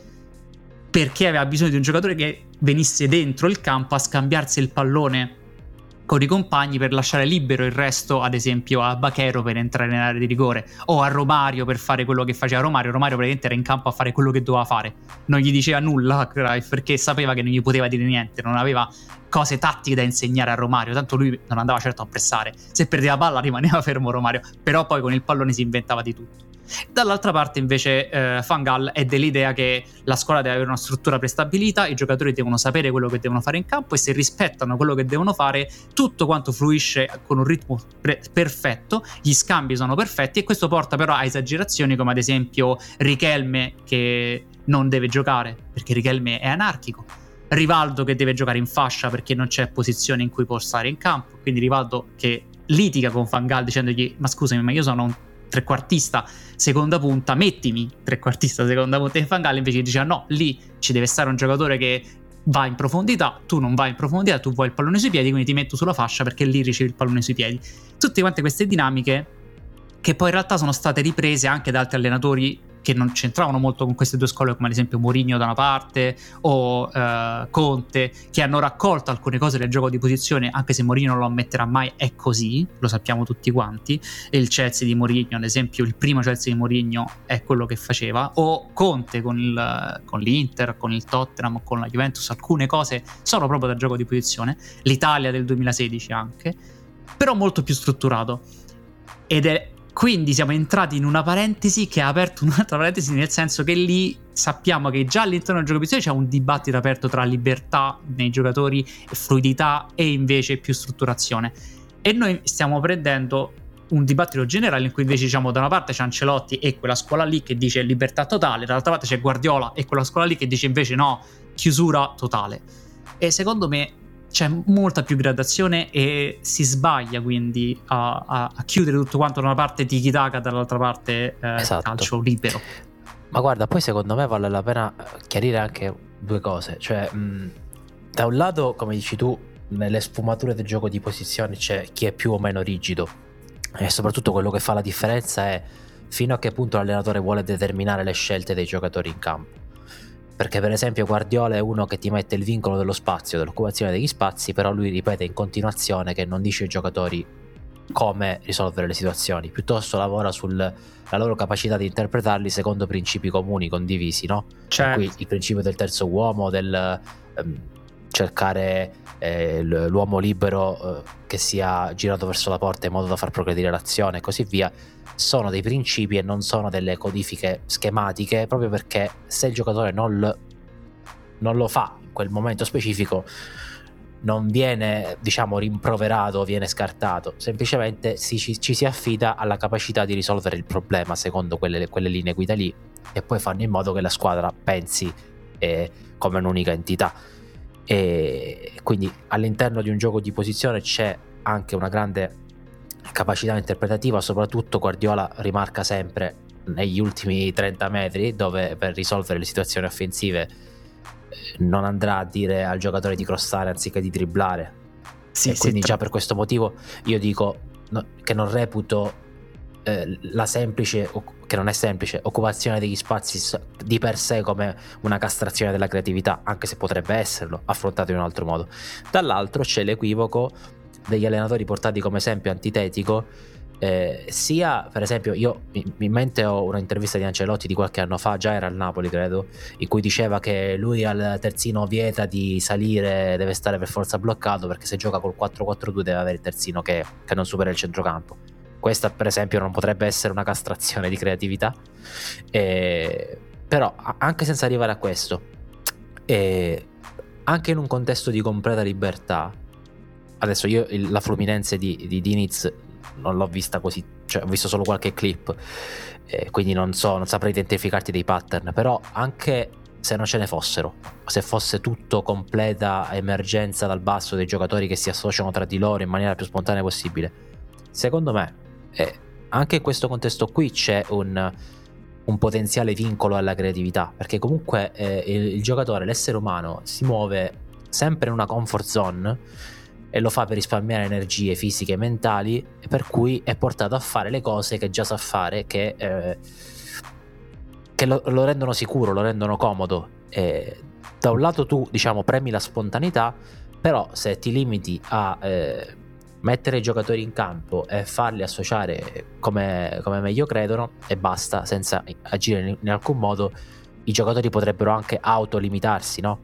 perché aveva bisogno di un giocatore che venisse dentro il campo a scambiarsi il pallone con i compagni per lasciare libero il resto, ad esempio a Baquero per entrare nell'area di rigore, o a Romario per fare quello che faceva Romario. Romario praticamente era in campo a fare quello che doveva fare, non gli diceva nulla a Cruyff perché sapeva che non gli poteva dire niente, non aveva cose tattiche da insegnare a Romario, tanto lui non andava certo a pressare, se perdeva palla rimaneva fermo Romario, però poi con il pallone si inventava di tutto. Dall'altra parte invece eh, Van Gaal è dell'idea che la squadra deve avere una struttura prestabilita, i giocatori devono sapere quello che devono fare in campo e se rispettano quello che devono fare tutto quanto fluisce con un ritmo pre- perfetto, gli scambi sono perfetti, e questo porta però a esagerazioni come ad esempio Riquelme che non deve giocare perché Riquelme è anarchico, Rivaldo che deve giocare in fascia perché non c'è posizione in cui può stare in campo, quindi Rivaldo che litiga con Van Gaal dicendogli ma scusami ma io sono un trequartista seconda punta, mettimi trequartista seconda punta, e Van Gaal invece dice no, lì ci deve stare un giocatore che va in profondità, tu non vai in profondità, tu vuoi il pallone sui piedi, quindi ti metto sulla fascia perché lì ricevi il pallone sui piedi. Tutte quante queste dinamiche che poi in realtà sono state riprese anche da altri allenatori che non c'entravano molto con queste due scuole, come ad esempio Mourinho da una parte o eh, Conte, che hanno raccolto alcune cose del gioco di posizione, anche se Mourinho non lo ammetterà mai, è così, lo sappiamo tutti quanti. E il Chelsea di Mourinho, ad esempio, il primo Chelsea di Mourinho è quello che faceva, o Conte con, il, con l'Inter, con il Tottenham, con la Juventus, alcune cose sono proprio da gioco di posizione, l'Italia del duemilasedici anche, però molto più strutturato. Ed è Quindi siamo entrati in una parentesi che ha aperto un'altra parentesi, nel senso che lì sappiamo che già all'interno del gioco di posizione c'è un dibattito aperto tra libertà nei giocatori, fluidità e invece più strutturazione. E noi stiamo prendendo un dibattito generale in cui invece diciamo da una parte c'è Ancelotti e quella scuola lì che dice libertà totale, dall'altra parte c'è Guardiola e quella scuola lì che dice invece no, chiusura totale. E secondo me c'è molta più gradazione e si sbaglia quindi a, a, a chiudere tutto quanto da una parte tiki-taka, dall'altra parte eh, Esatto. calcio libero. Ma guarda, poi secondo me vale la pena chiarire anche due cose, cioè mh, da un lato, come dici tu, nelle sfumature del gioco di posizioni c'è chi è più o meno rigido, e soprattutto quello che fa la differenza è fino a che punto l'allenatore vuole determinare le scelte dei giocatori in campo. Perché per esempio Guardiola è uno che ti mette il vincolo dello spazio, dell'occupazione degli spazi, però lui ripete in continuazione che non dice ai giocatori come risolvere le situazioni, piuttosto lavora sulla loro capacità di interpretarli secondo principi comuni, condivisi, no? Certo. Qui il principio del terzo uomo, del ehm, cercare eh, l'uomo libero eh, che sia girato verso la porta in modo da far progredire l'azione e così via, sono dei principi e non sono delle codifiche schematiche, proprio perché se il giocatore non lo, non lo fa in quel momento specifico non viene, diciamo, rimproverato, viene scartato, semplicemente si, ci, ci si affida alla capacità di risolvere il problema secondo quelle, quelle linee guida lì, e poi fanno in modo che la squadra pensi eh, come un'unica entità. E quindi all'interno di un gioco di posizione c'è anche una grande capacità interpretativa, soprattutto Guardiola rimarca sempre negli ultimi trenta metri, dove per risolvere le situazioni offensive non andrà a dire al giocatore di crossare anziché di dribblare. Sì, e quindi sì, già per questo motivo io dico no, che non reputo eh, la semplice, che non è semplice, occupazione degli spazi di per sé come una castrazione della creatività, anche se potrebbe esserlo affrontato in un altro modo. Dall'altro c'è l'equivoco degli allenatori portati come esempio antitetico, eh, sia per esempio io in mente ho un'intervista di Ancelotti di qualche anno fa, già era al Napoli credo, in cui diceva che lui al terzino vieta di salire, deve stare per forza bloccato, perché se gioca col quattro quattro due deve avere il terzino che, che non supera il centrocampo. Questa per esempio non potrebbe essere una castrazione di creatività, eh, però anche senza arrivare a questo, eh, anche in un contesto di completa libertà. Adesso io il, la Fluminense di, di Diniz non l'ho vista così, cioè ho visto solo qualche clip, eh, quindi non so, non saprei identificarti dei pattern, però anche se non ce ne fossero, se fosse tutto completa emergenza dal basso dei giocatori che si associano tra di loro in maniera più spontanea possibile, secondo me eh, anche in questo contesto qui c'è un, un potenziale vincolo alla creatività, perché comunque eh, il, il giocatore, l'essere umano si muove sempre in una comfort zone e lo fa per risparmiare energie fisiche e mentali, e per cui è portato a fare le cose che già sa fare, che, eh, che lo, lo rendono sicuro, lo rendono comodo. E da un lato tu, diciamo, premi la spontaneità, però se ti limiti a eh, mettere i giocatori in campo e farli associare come, come meglio credono e basta, senza agire in, in alcun modo, i giocatori potrebbero anche autolimitarsi, no?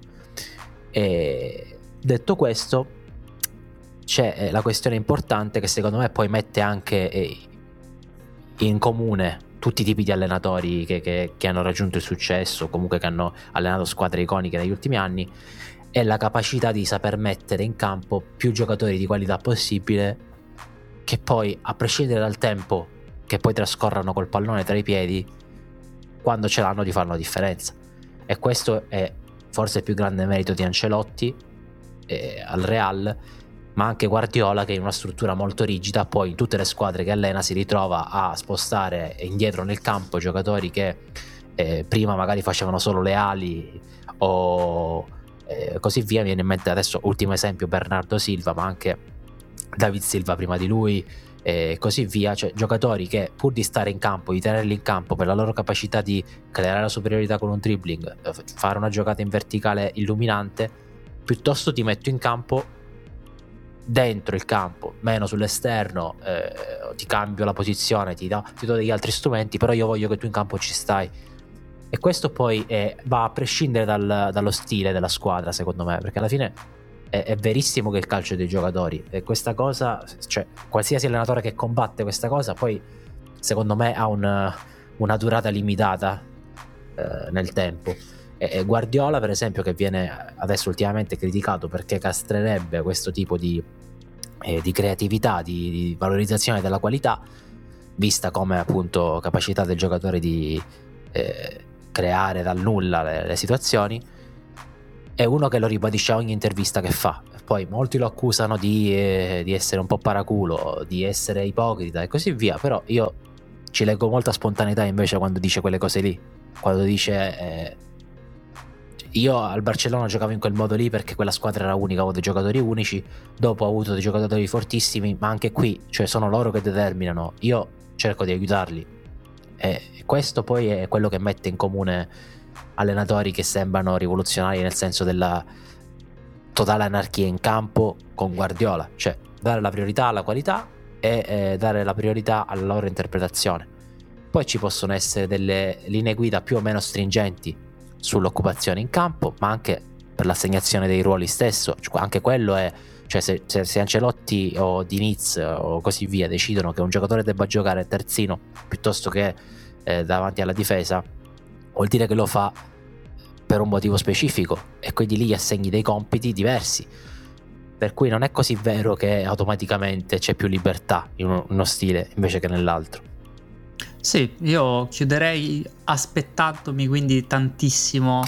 E detto questo, c'è la questione importante che secondo me poi mette anche in comune tutti i tipi di allenatori che, che, che hanno raggiunto il successo, comunque che hanno allenato squadre iconiche negli ultimi anni, è la capacità di saper mettere in campo più giocatori di qualità possibile, che poi, a prescindere dal tempo che poi trascorrano col pallone tra i piedi, quando ce l'hanno di fare la differenza. E questo è forse il più grande merito di Ancelotti eh, al Real, ma anche Guardiola, che in una struttura molto rigida poi in tutte le squadre che allena si ritrova a spostare indietro nel campo giocatori che eh, prima magari facevano solo le ali o eh, così via. Mi viene in mente adesso, ultimo esempio, Bernardo Silva, ma anche David Silva prima di lui e così via, cioè giocatori che pur di stare in campo, di tenerli in campo per la loro capacità di creare la superiorità con un dribbling, fare una giocata in verticale illuminante, piuttosto ti metto in campo dentro il campo, meno sull'esterno, eh, ti cambio la posizione, ti do, ti do degli altri strumenti, però io voglio che tu in campo ci stai. E questo poi è, va a prescindere dal, dallo stile della squadra, secondo me, perché alla fine è, è verissimo che il calcio è dei giocatori, e questa cosa, cioè qualsiasi allenatore che combatte questa cosa poi secondo me ha un, una durata limitata eh, nel tempo. E Guardiola per esempio, che viene adesso ultimamente criticato perché castrerebbe questo tipo di, eh, di creatività, di, di valorizzazione della qualità, vista come appunto capacità del giocatore di eh, creare dal nulla le, le situazioni, è uno che lo ribadisce a ogni intervista che fa. poi molti lo accusano di, eh, di essere un po' paraculo, di essere ipocrita e così via, però io ci leggo molta spontaneità invece quando dice quelle cose lì, quando dice eh, io al Barcellona giocavo in quel modo lì perché quella squadra era unica, avevo dei giocatori unici, dopo ho avuto dei giocatori fortissimi, ma anche qui, cioè, sono loro che determinano, io cerco di aiutarli, e questo poi è quello che mette in comune allenatori che sembrano rivoluzionari nel senso della totale anarchia in campo con Guardiola, cioè dare la priorità alla qualità e eh, dare la priorità alla loro interpretazione. Poi ci possono essere delle linee guida più o meno stringenti sull'occupazione in campo, ma anche per l'assegnazione dei ruoli stesso, cioè, anche quello è, cioè se, se, se Ancelotti o Diniz o così via decidono che un giocatore debba giocare terzino piuttosto che eh, davanti alla difesa, vuol dire che lo fa per un motivo specifico e quindi lì gli assegni dei compiti diversi, per cui non è così vero che automaticamente c'è più libertà in uno, uno stile invece che nell'altro. Sì, io chiuderei aspettandomi quindi tantissimo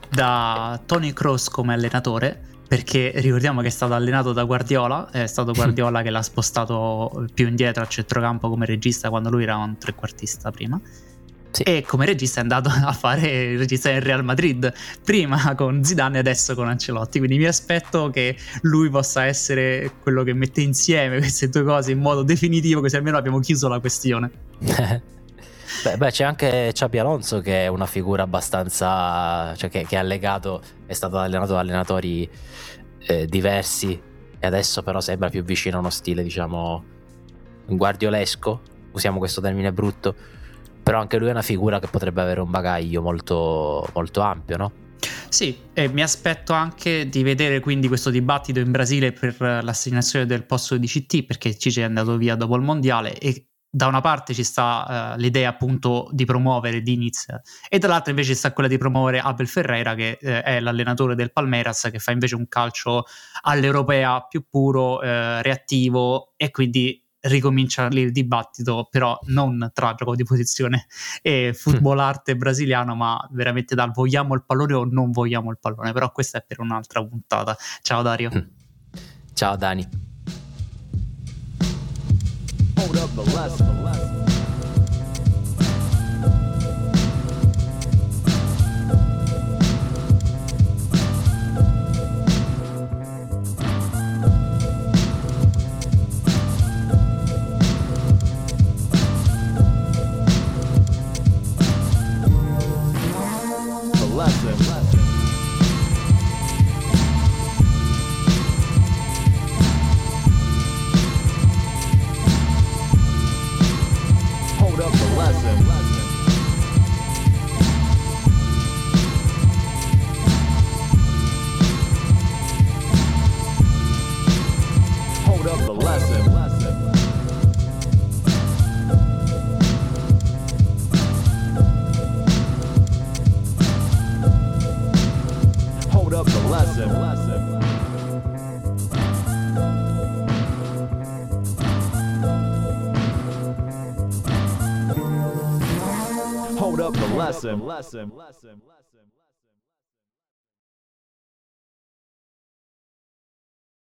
da Toni Kroos come allenatore, perché ricordiamo che è stato allenato da Guardiola, è stato Guardiola che l'ha spostato più indietro a centrocampo come regista quando lui era un trequartista prima. Sì. E come regista è andato a fare il regista del Real Madrid, prima con Zidane e adesso con Ancelotti, quindi mi aspetto che lui possa essere quello che mette insieme queste due cose in modo definitivo, così almeno abbiamo chiuso la questione. beh, beh, c'è anche Xabi Alonso che è una figura abbastanza, cioè che, che ha legato, è stato allenato da allenatori eh, diversi e adesso però sembra più vicino a uno stile, diciamo, guardiolesco, usiamo questo termine brutto, però anche lui è una figura che potrebbe avere un bagaglio molto, molto ampio, no? Sì, e mi aspetto anche di vedere quindi questo dibattito in Brasile per l'assegnazione del posto di C T, perché Cicci è andato via dopo il mondiale e da una parte ci sta uh, l'idea appunto di promuovere Diniz e dall'altra invece sta quella di promuovere Abel Ferreira che eh, è l'allenatore del Palmeiras, che fa invece un calcio all'europea più puro, eh, reattivo, e quindi ricomincia lì il dibattito, però non tra gioco di posizione e football arte brasiliano, ma veramente dal vogliamo il pallone o non vogliamo il pallone. Però questa è per un'altra puntata. Ciao Dario. Ciao Dani. Hold up the last, the last. Hold up the lesson.